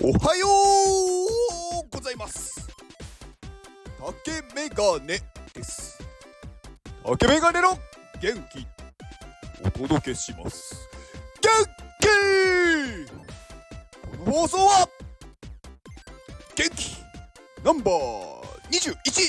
おはようございます。竹メガネです。竹メガネの元気お届けします。元気、この放送は元気ナンバー21、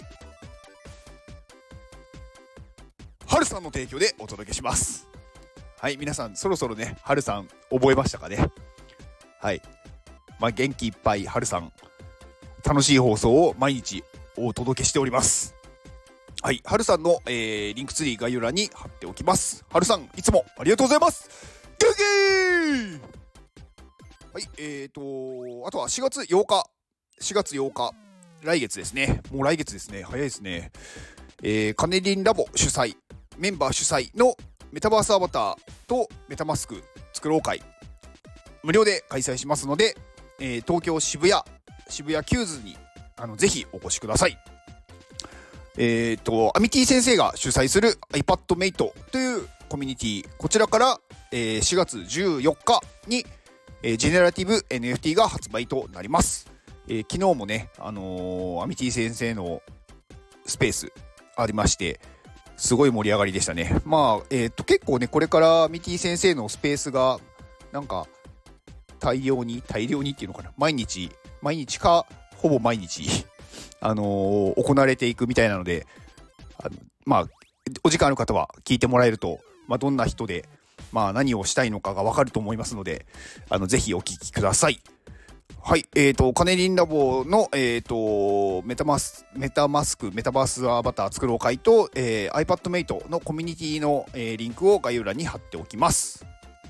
はるさんの提供でお届けします。はい、皆さんそろそろね、はるさん覚えましたかね。はい、元気いっぱいはるさん、楽しい放送を毎日お届けしております。はい、はるさんの、リンクツリー概要欄に貼っておきます。はるさんいつもありがとうございます。元気。はい、あとは4月8日来月ですね。もう来月ですね。早いですね。カネリンラボ主催、メンバー主催のメタバースアバターとメタマスク作ろう会、無料で開催しますので、東京渋谷キューズにぜひお越しください。アミティ先生が主催する iPadMate というコミュニティ、こちらから、4月14日に、ジェネラティブ NFT が発売となります。昨日もね、アミティ先生のスペースありまして、すごい盛り上がりでしたね。結構ね、これからアミティ先生のスペースがなんか大量にっていうのかな、毎日かほぼ毎日行われていくみたいなので、お時間ある方は聞いてもらえると、どんな人で、何をしたいのかが分かると思いますので、ぜひお聞きください。はい、カネリンラボの、メタバースアバター作ろう会と、iPadMate のコミュニティの、リンクを概要欄に貼っておきます。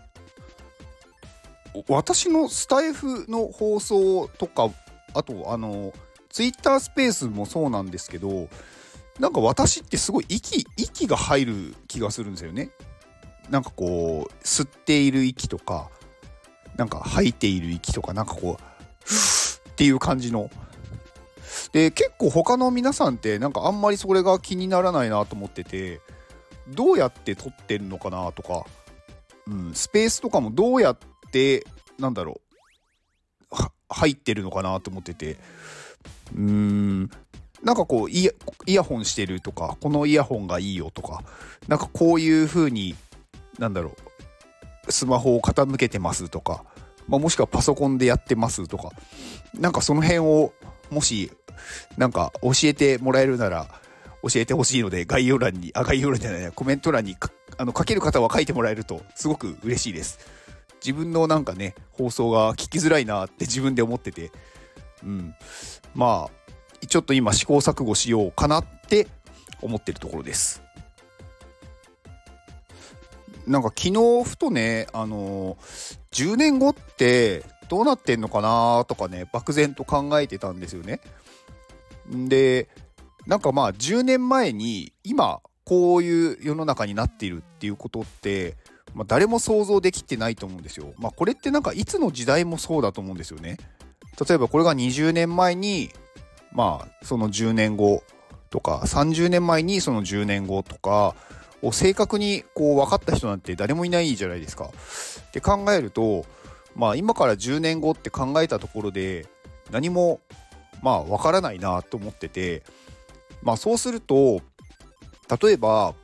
私のスタイフの放送とか、あとツイッタースペースもそうなんですけど、なんか私ってすごい息が入る気がするんですよね。なんかこう吸っている息とか、なんか吐いている息とか、なんかこうふーっていう感じので、結構他の皆さんってなんかあんまりそれが気にならないなと思ってて、どうやって撮ってるのかなとか、スペースとかもどうやって入ってるのかなと思ってて、なんかこうイヤホンしてるとか、このイヤホンがいいよとか、なんかこういう風にスマホを傾けてますとか、もしくはパソコンでやってますとか、なんかその辺をもしなんか教えてもらえるなら教えてほしいので、概要欄じゃない、コメント欄に書ける方は書いてもらえるとすごく嬉しいです。自分のなんかね、放送が聞きづらいなって自分で思ってて、ちょっと今試行錯誤しようかなって思ってるところです。なんか昨日ふとね、10年後ってどうなってんのかなとかね、漠然と考えてたんですよね。で、なんか10年前に今こういう世の中になっているっていうことって、誰も想像できてないと思うんですよ。これってなんかいつの時代もそうだと思うんですよね。例えばこれが20年前にその10年後とか、30年前にその10年後とかを正確にこう分かった人なんて誰もいないじゃないですか。って考えると、今から10年後って考えたところで何も分からないなと思ってて、そうすると例えば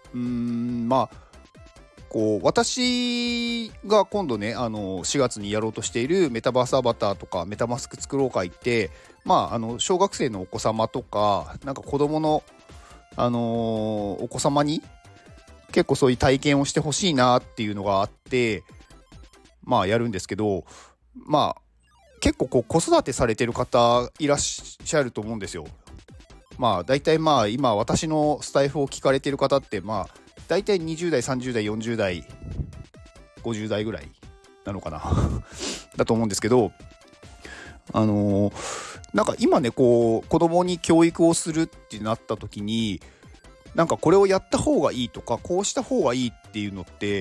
こう私が今度ね、4月にやろうとしているメタバースアバターとかメタマスク作ろう会って、小学生のお子様とか、なんか子供の、お子様に結構そういう体験をしてほしいなっていうのがあって、やるんですけど、結構こう子育てされてる方いらっしゃると思うんですよ。だいたい今私のスタイフを聞かれてる方ってだいたい20代30代40代50代ぐらいなのかなだと思うんですけど、なんか今ね、こう子供に教育をするってなった時に、なんかこれをやった方がいいとか、こうした方がいいっていうのって、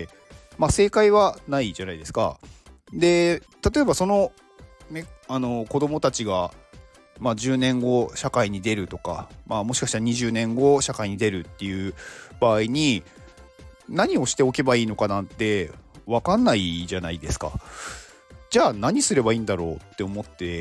正解はないじゃないですか。で、例えばそのね、子供たちが10年後社会に出るとか、もしかしたら20年後社会に出るっていう場合に何をしておけばいいのかなんて分かんないじゃないですか。 じゃあ何すればいいんだろうって思って、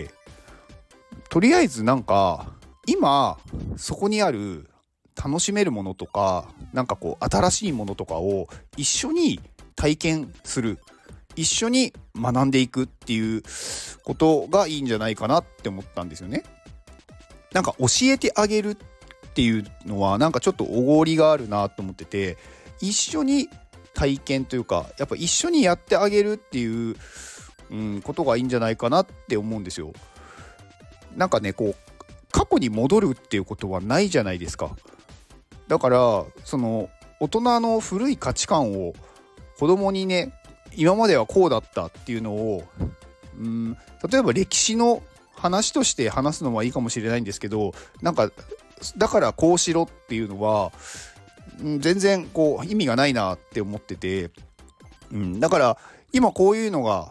とりあえずなんか今そこにある楽しめるものとか、なんかこう新しいものとかを一緒に体験する、一緒に学んでいくっていうことがいいんじゃないかなって思ったんですよね。なんか教えてあげるっていうのはなんかちょっとおごりがあるなと思ってて、一緒に体験というか、やっぱ一緒にやってあげるっていう、ことがいいんじゃないかなって思うんですよ。なんかね、こう過去に戻るっていうことはないじゃないですか。だからその大人の古い価値観を子供にね、今まではこうだったっていうのを、例えば歴史の話として話すのはいいかもしれないんですけど、なんかだからこうしろっていうのは、全然こう意味がないなって思ってて、だから今こういうのが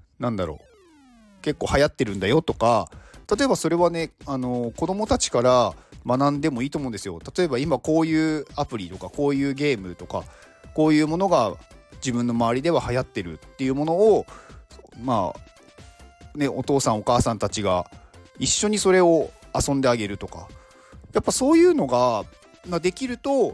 結構流行ってるんだよとか、例えばそれはね、子供たちから学んでもいいと思うんですよ。例えば今こういうアプリとかこういうゲームとかこういうものが自分の周りでは流行ってるっていうものを、お父さんお母さんたちが一緒にそれを遊んであげるとか、やっぱそういうのができると、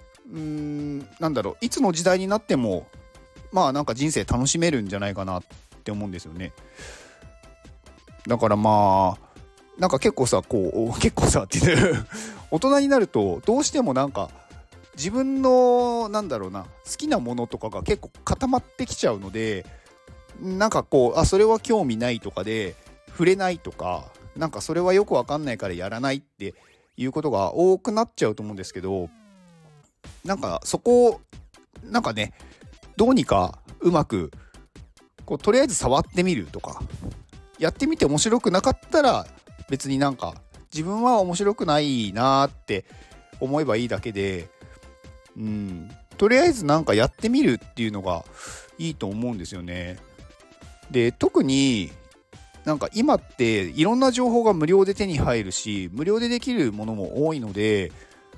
いつの時代になってもなんか人生楽しめるんじゃないかなって思うんですよね。だからなんか結構さっていう大人になるとどうしてもなんか自分の好きなものとかが結構固まってきちゃうので、なんかこうそれは興味ないとかで触れないとか、なんかそれはよくわかんないからやらないっていうことが多くなっちゃうと思うんですけど、なんかそこをなんかね、どうにかうまくこうとりあえず触ってみるとか、やってみて面白くなかったら別になんか自分は面白くないなって思えばいいだけで、とりあえずなんかやってみるっていうのがいいと思うんですよね。で、特になんか今っていろんな情報が無料で手に入るし、無料でできるものも多いので、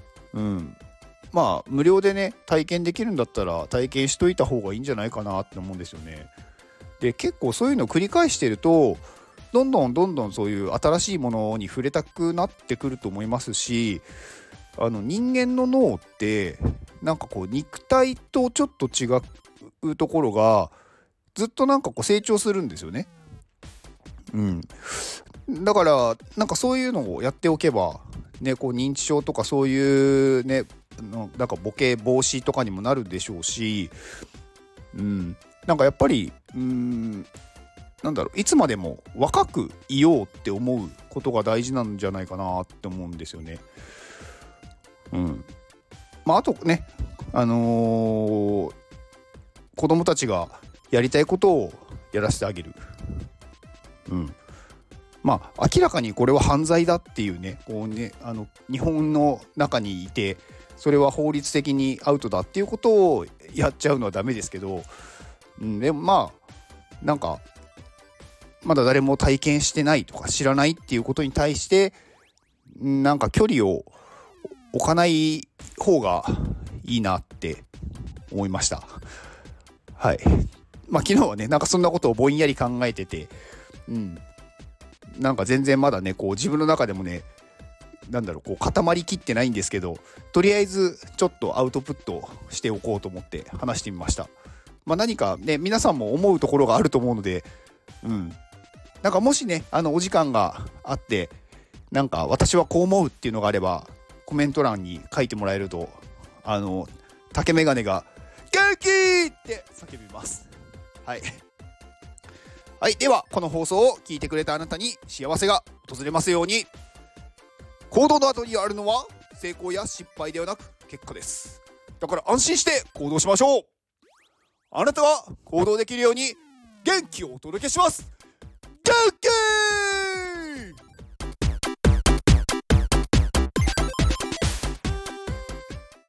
無料でね体験できるんだったら体験しといた方がいいんじゃないかなって思うんですよね。で、結構そういうのを繰り返してるとどんどんそういう新しいものに触れたくなってくると思いますし、人間の脳ってなんかこう肉体とちょっと違うところがずっとなんかこう成長するんですよね。だからなんかそういうのをやっておけばね、こう認知症とかそういうね、なんかボケ防止とかにもなるでしょうし、なんかやっぱりいつまでも若くいようって思うことが大事なんじゃないかなって思うんですよね。あとね、子供たちがやりたいことをやらせてあげる。明らかにこれは犯罪だっていうね、日本の中にいてそれは法律的にアウトだっていうことをやっちゃうのはダメですけど、でもなんかまだ誰も体験してないとか知らないっていうことに対してなんか距離を置かない方がいいなって思いました。はい。昨日はねなんかそんなことをぼんやり考えてて、なんか全然まだねこう自分の中でもねこう固まりきってないんですけど、とりあえずちょっとアウトプットしておこうと思って話してみました。何かね皆さんも思うところがあると思うので、なんかもしねお時間があってなんか私はこう思うっていうのがあればコメント欄に書いてもらえると竹メガネが元気って叫びます。はい、ではこの放送を聞いてくれたあなたに幸せが訪れますように。行動の後にあるのは成功や失敗ではなく結果です。だから安心して行動しましょう。あなたが行動できるように元気をお届けします。